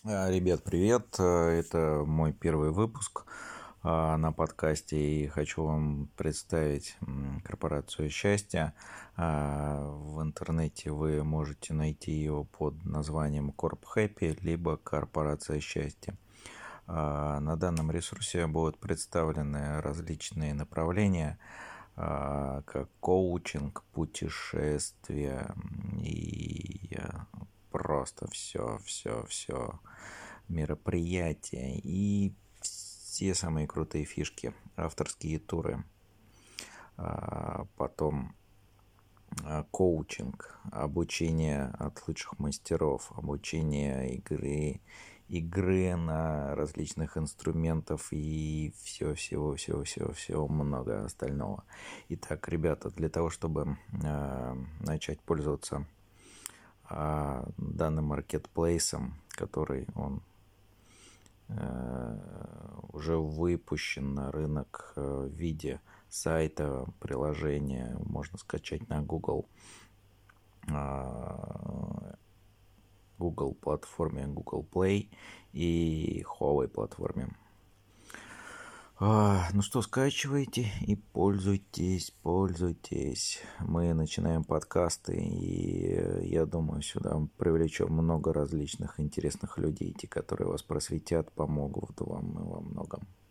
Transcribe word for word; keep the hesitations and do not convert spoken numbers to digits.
А, Ребят, привет! А, Это мой первый выпуск а, на подкасте, и хочу вам представить м, корпорацию счастья. А, В интернете вы можете найти ее под названием Corp Happy, либо Корпорация счастья. А, На данном ресурсе будут представлены различные направления, а, как коучинг, путешествия м, и а, просто все, все, все мероприятия и все самые крутые фишки, авторские туры, а, потом а, коучинг, обучение от лучших мастеров, обучение игры, игры на различных инструментах и все, всего, всего, всего, всего много остального. Итак, ребята, для того, чтобы э, начать пользоваться э, данным маркетплейсом, который он уже выпущен на рынок в виде сайта, приложения, можно скачать на Google, Google платформе Google Play и Huawei платформе. А, ну что, скачивайте и пользуйтесь, пользуйтесь. Мы начинаем подкасты, и я думаю, сюда привлечем много различных интересных людей, те, которые вас просветят, помогут вам и во многом.